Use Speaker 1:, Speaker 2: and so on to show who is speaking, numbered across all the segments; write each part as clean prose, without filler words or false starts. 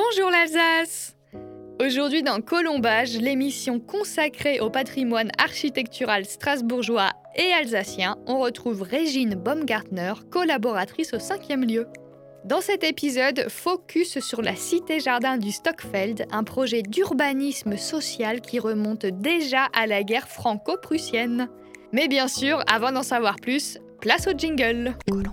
Speaker 1: Bonjour l'Alsace! Aujourd'hui dans Colombage, l'émission consacrée au patrimoine architectural strasbourgeois et alsacien, on retrouve Régine Baumgartner, collaboratrice au 5e lieu. Dans cet épisode, focus sur la cité-jardin du Stockfeld, un projet d'urbanisme social qui remonte déjà à la guerre franco-prussienne. Mais bien sûr, avant d'en savoir plus, place au jingle.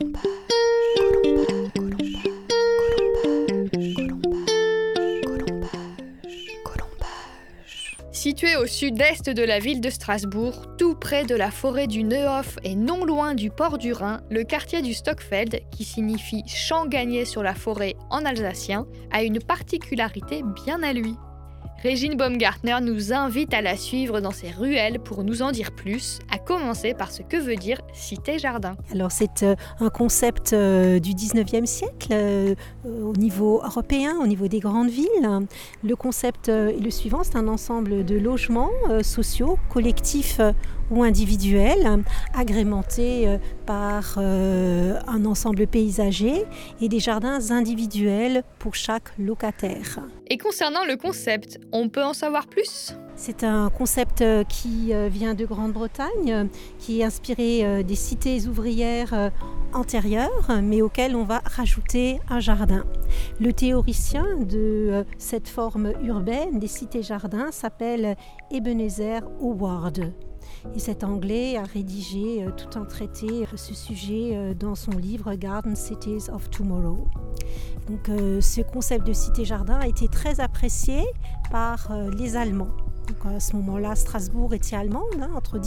Speaker 1: Situé au sud-est de la ville de Strasbourg, tout près de la forêt du Neuhof et non loin du port du Rhin, le quartier du Stockfeld, qui signifie « champ gagné sur la forêt » en alsacien, a une particularité bien à lui. Régine Baumgartner nous invite à la suivre dans ses ruelles pour nous en dire plus, à commencer par ce que veut dire cité-jardin.
Speaker 2: Alors c'est un concept du 19e siècle au niveau européen, au niveau des grandes villes. Le concept est le suivant, c'est un ensemble de logements sociaux, collectifs ou individuels, agrémentés par un ensemble paysager et des jardins individuels pour chaque locataire.
Speaker 1: Et concernant le concept, on peut en savoir plus ?
Speaker 2: C'est un concept qui vient de Grande-Bretagne, qui est inspiré des cités ouvrières antérieures, mais auxquelles on va rajouter un jardin. Le théoricien de cette forme urbaine des cités-jardins s'appelle Ebenezer Howard. Et cet Anglais a rédigé tout un traité à ce sujet dans son livre Garden Cities of Tomorrow. Donc, ce concept de cité-jardin a été très apprécié par les Allemands. Donc, à ce moment-là, Strasbourg était allemande, entre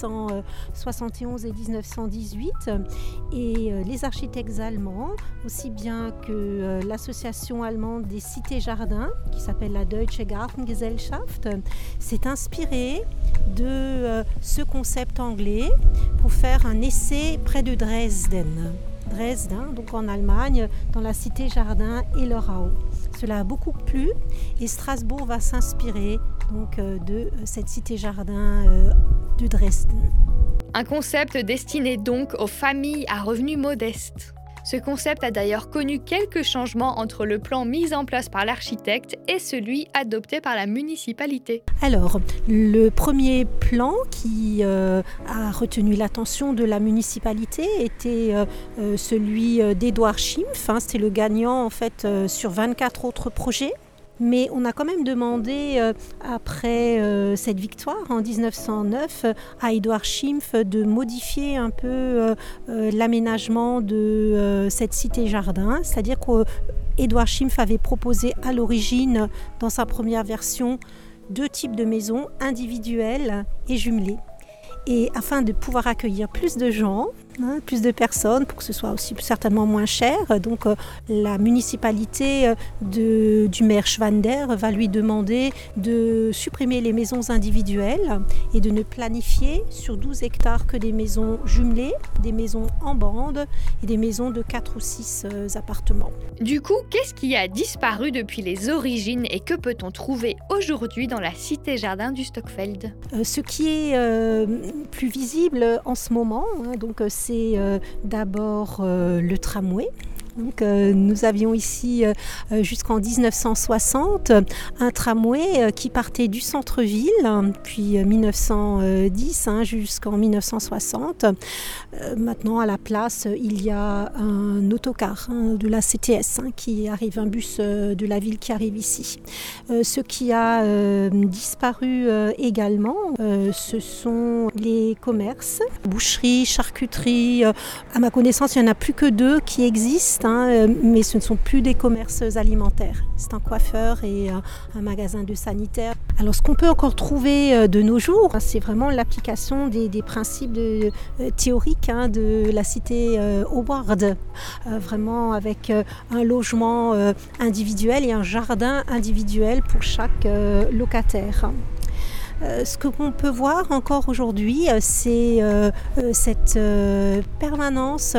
Speaker 2: 1871 et 1918. Et les architectes allemands, aussi bien que l'association allemande des cités-jardins, qui s'appelle la Deutsche Gartengesellschaft, s'est inspirée de ce concept anglais pour faire un essai près de Dresden. Dresden, donc en Allemagne, dans la cité-jardin Ellerau. Cela a beaucoup plu et Strasbourg va s'inspirer donc de cette cité-jardin de Dresden.
Speaker 1: Un concept destiné donc aux familles à revenus modestes. Ce concept a d'ailleurs connu quelques changements entre le plan mis en place par l'architecte et celui adopté par la municipalité.
Speaker 2: Alors, le premier plan qui a retenu l'attention de la municipalité était celui d'Édouard Schimpf. C'était le gagnant en fait sur 24 autres projets. Mais on a quand même demandé, après cette victoire en 1909, à Édouard Schimpf de modifier un peu l'aménagement de cette cité-jardin. C'est-à-dire qu'Édouard Schimpf avait proposé à l'origine, dans sa première version, 2 types de maisons, individuelles et jumelées. Et afin de pouvoir accueillir plus de gens, plus de personnes, pour que ce soit aussi certainement moins cher, donc la municipalité du maire Schwander va lui demander de supprimer les maisons individuelles et de ne planifier sur 12 hectares que des maisons jumelées, des maisons en bande et des maisons de 4 ou 6 appartements.
Speaker 1: Du coup, qu'est-ce qui a disparu depuis les origines et que peut-on trouver aujourd'hui dans la cité-jardin du Stockfeld ?
Speaker 2: Ce qui est plus visible en ce moment, donc c'est d'abord le tramway. Donc, nous avions ici jusqu'en 1960 un tramway qui partait du centre-ville, puis 1910 jusqu'en 1960. Maintenant, à la place, il y a un autocar de la CTS qui arrive, un bus de la ville qui arrive ici. Ce qui a disparu également, ce sont les commerces, boucherie, charcuterie. À ma connaissance, il n'y en a plus que 2 qui existent. Mais ce ne sont plus des commerces alimentaires. C'est un coiffeur et un magasin de sanitaire. Alors ce qu'on peut encore trouver de nos jours, c'est vraiment l'application des principes théoriques de la cité Howard. Vraiment avec un logement individuel et un jardin individuel pour chaque locataire. Ce que l'on peut voir encore aujourd'hui, c'est cette permanence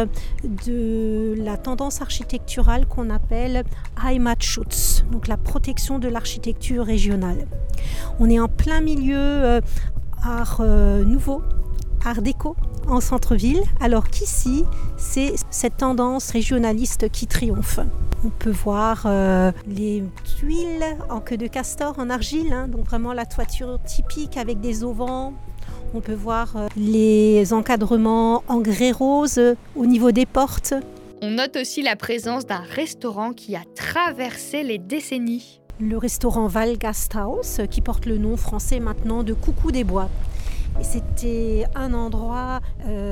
Speaker 2: de la tendance architecturale qu'on appelle Heimatschutz, donc la protection de l'architecture régionale. On est en plein milieu art nouveau, art déco en centre-ville, alors qu'ici, c'est cette tendance régionaliste qui triomphe. On peut voir les tuiles en queue de castor en argile, donc vraiment la toiture typique avec des auvents. On peut voir les encadrements en grès rose au niveau des portes.
Speaker 1: On note aussi la présence d'un restaurant qui a traversé les décennies.
Speaker 2: Le restaurant Wallgasthaus, qui porte le nom français maintenant de Coucou des Bois. Et c'était un endroit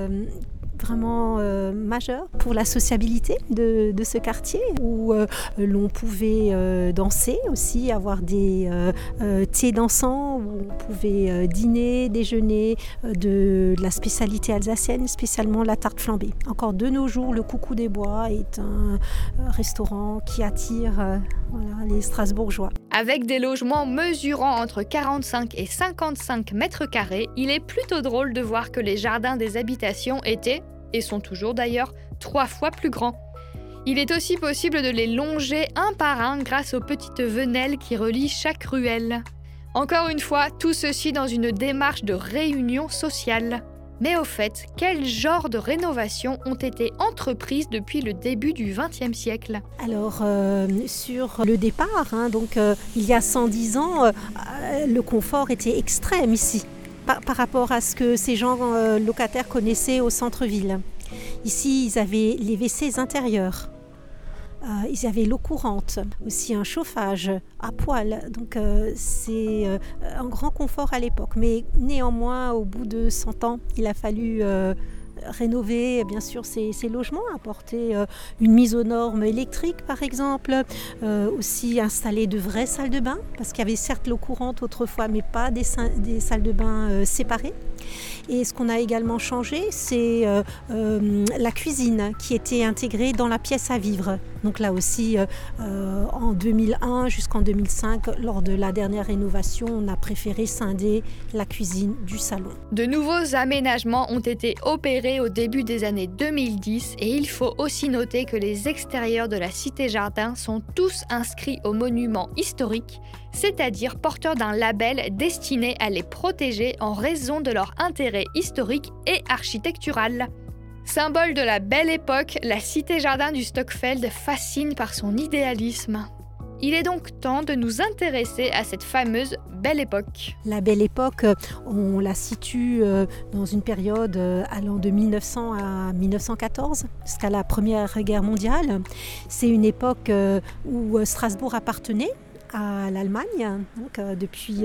Speaker 2: vraiment majeur pour la sociabilité de ce quartier, où l'on pouvait danser aussi, avoir des thés dansants, où on pouvait dîner, déjeuner de la spécialité alsacienne, spécialement la tarte flambée. Encore de nos jours, le Coucou des Bois est un restaurant qui attire les Strasbourgeois.
Speaker 1: Avec des logements mesurant entre 45 et 55 mètres carrés, il est plutôt drôle de voir que les jardins des habitations étaient, et sont toujours d'ailleurs, 3 fois plus grands. Il est aussi possible de les longer un par un grâce aux petites venelles qui relient chaque ruelle. Encore une fois, tout ceci dans une démarche de réunion sociale. Mais au fait, quel genre de rénovations ont été entreprises depuis le début du XXe siècle ?
Speaker 2: Alors, sur le départ, il y a 110 ans, le confort était extrême ici, par rapport à ce que ces gens locataires connaissaient au centre-ville. Ici, ils avaient les WC intérieurs. Ils avaient l'eau courante, aussi un chauffage à poêle, donc c'est un grand confort à l'époque. Mais néanmoins, au bout de 100 ans, il a fallu rénover bien sûr ces logements, apporter une mise aux normes électriques par exemple, aussi installer de vraies salles de bain, parce qu'il y avait certes l'eau courante autrefois, mais pas des salles de bain séparées. Et ce qu'on a également changé, c'est la cuisine qui était intégrée dans la pièce à vivre. Donc là aussi, en 2001 jusqu'en 2005, lors de la dernière rénovation, on a préféré scinder la cuisine du salon.
Speaker 1: De nouveaux aménagements ont été opérés au début des années 2010 et il faut aussi noter que les extérieurs de la Cité-Jardin sont tous inscrits aux monuments historiques, c'est-à-dire porteurs d'un label destiné à les protéger en raison de leur intérêt historique et architectural. Symbole de la belle époque, la Cité-Jardin du Stockfeld fascine par son idéalisme. Il est donc temps de nous intéresser à cette fameuse Belle Époque.
Speaker 2: La Belle Époque, on la situe dans une période allant de 1900 à 1914, jusqu'à la Première Guerre mondiale. C'est une époque où Strasbourg appartenait à l'Allemagne, donc depuis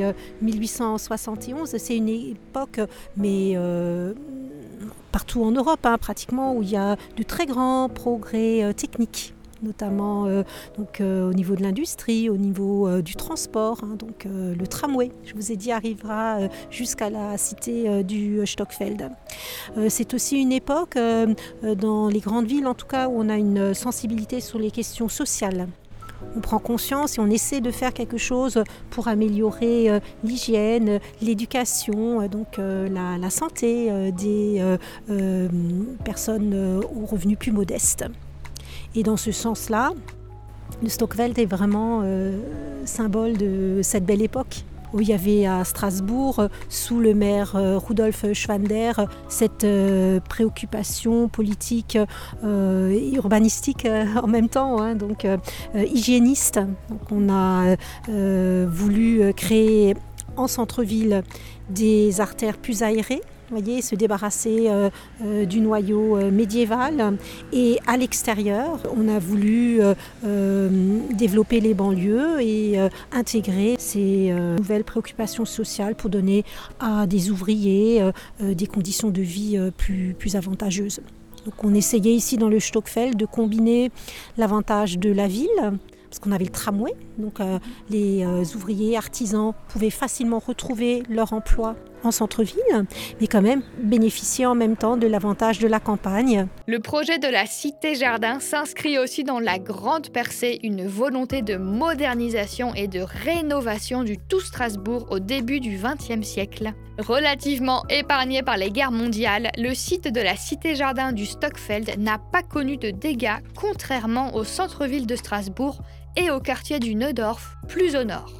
Speaker 2: 1871. C'est une époque, mais partout en Europe, pratiquement, où il y a de très grands progrès techniques, notamment au niveau de l'industrie, au niveau du transport, le tramway, je vous ai dit, arrivera jusqu'à la cité du Stockfeld. C'est aussi une époque, dans les grandes villes en tout cas, où on a une sensibilité sur les questions sociales. On prend conscience et on essaie de faire quelque chose pour améliorer l'hygiène, l'éducation, la santé des personnes aux revenus plus modestes. Et dans ce sens-là, le Stockfeld est vraiment symbole de cette belle époque, où il y avait à Strasbourg, sous le maire Rudolf Schwander, cette préoccupation politique et urbanistique en même temps, hygiéniste. Donc on a voulu créer en centre-ville des artères plus aérées, se débarrasser du noyau médiéval. Et à l'extérieur, on a voulu développer les banlieues et intégrer ces nouvelles préoccupations sociales pour donner à des ouvriers des conditions de vie plus avantageuses. Donc on essayait ici dans le Stockfeld de combiner l'avantage de la ville, parce qu'on avait le tramway, donc les ouvriers, artisans pouvaient facilement retrouver leur emploi en centre-ville, mais quand même bénéficier en même temps de l'avantage de la campagne.
Speaker 1: Le projet de la Cité-Jardin s'inscrit aussi dans la grande percée, une volonté de modernisation et de rénovation du tout Strasbourg au début du XXe siècle. Relativement épargné par les guerres mondiales, le site de la Cité-Jardin du Stockfeld n'a pas connu de dégâts, contrairement au centre-ville de Strasbourg et au quartier du Neudorf, plus au nord.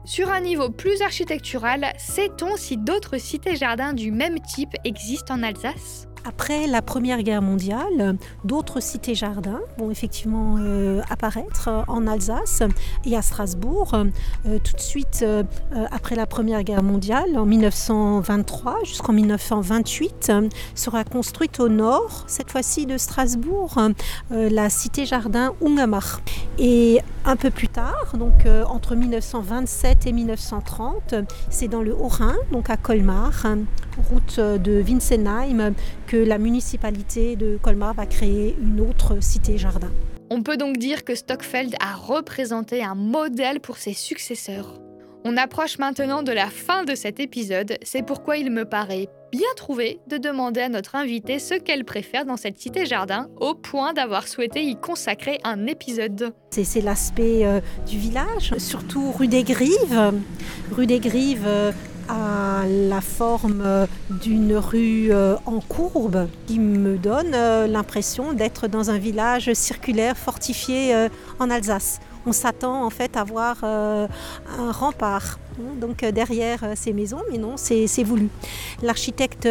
Speaker 1: Sur un niveau plus architectural, sait-on si d'autres cités-jardins du même type existent en Alsace ?
Speaker 2: Après la Première Guerre mondiale, d'autres cités-jardins vont effectivement apparaître en Alsace et à Strasbourg. Tout de suite après la Première Guerre mondiale, en 1923 jusqu'en 1928, sera construite au nord, cette fois-ci de Strasbourg, la cité-jardin Ungemach. Et un peu plus tard, donc entre 1927 et 1930, c'est dans le Haut-Rhin, donc à Colmar, route de Winsenheim, que la municipalité de Colmar va créer une autre cité-jardin.
Speaker 1: On peut donc dire que Stockfeld a représenté un modèle pour ses successeurs. On approche maintenant de la fin de cet épisode, c'est pourquoi il me paraît bien trouvé de demander à notre invitée ce qu'elle préfère dans cette cité-jardin, au point d'avoir souhaité y consacrer un épisode.
Speaker 2: C'est l'aspect du village, surtout rue des Grives. Rue des Grives a la forme d'une rue en courbe qui me donne l'impression d'être dans un village circulaire fortifié en Alsace. On s'attend en fait à voir un rempart donc derrière ces maisons, mais non, c'est voulu. L'architecte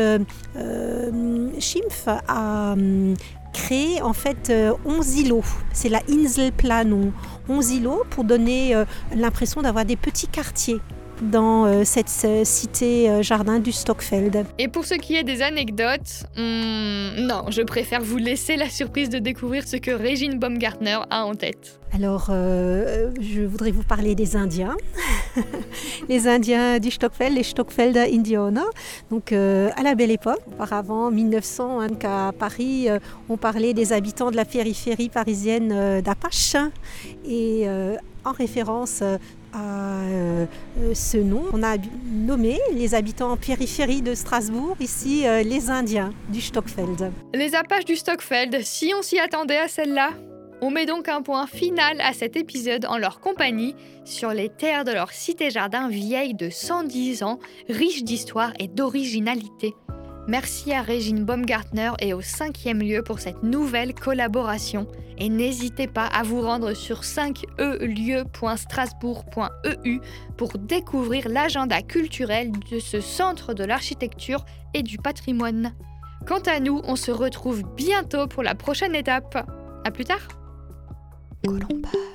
Speaker 2: Schimpf a créé en fait 11 îlots. C'est la Inselplanung. 11 îlots pour donner l'impression d'avoir des petits quartiers dans cette cité-jardin du Stockfeld.
Speaker 1: Et pour ce qui est des anecdotes, non, je préfère vous laisser la surprise de découvrir ce que Régine Baumgartner a en tête.
Speaker 2: Alors, je voudrais vous parler des Indiens. Les Indiens du Stockfeld, les Stockfelder Indianer. Donc, à la belle époque, auparavant, 1900, à Paris, on parlait des habitants de la périphérie parisienne d'Apache. Et en référence à ce nom, on a nommé les habitants en périphérie de Strasbourg, ici les Indiens du Stockfeld.
Speaker 1: Les Apaches du Stockfeld, si on s'y attendait à celle-là. On met donc un point final à cet épisode en leur compagnie sur les terres de leur cité-jardin vieille de 110 ans, riche d'histoire et d'originalité. Merci à Régine Baumgartner et au 5e lieu pour cette nouvelle collaboration. Et n'hésitez pas à vous rendre sur 5elieu.strasbourg.eu pour découvrir l'agenda culturel de ce centre de l'architecture et du patrimoine. Quant à nous, on se retrouve bientôt pour la prochaine étape. À plus tard.
Speaker 2: Colombage.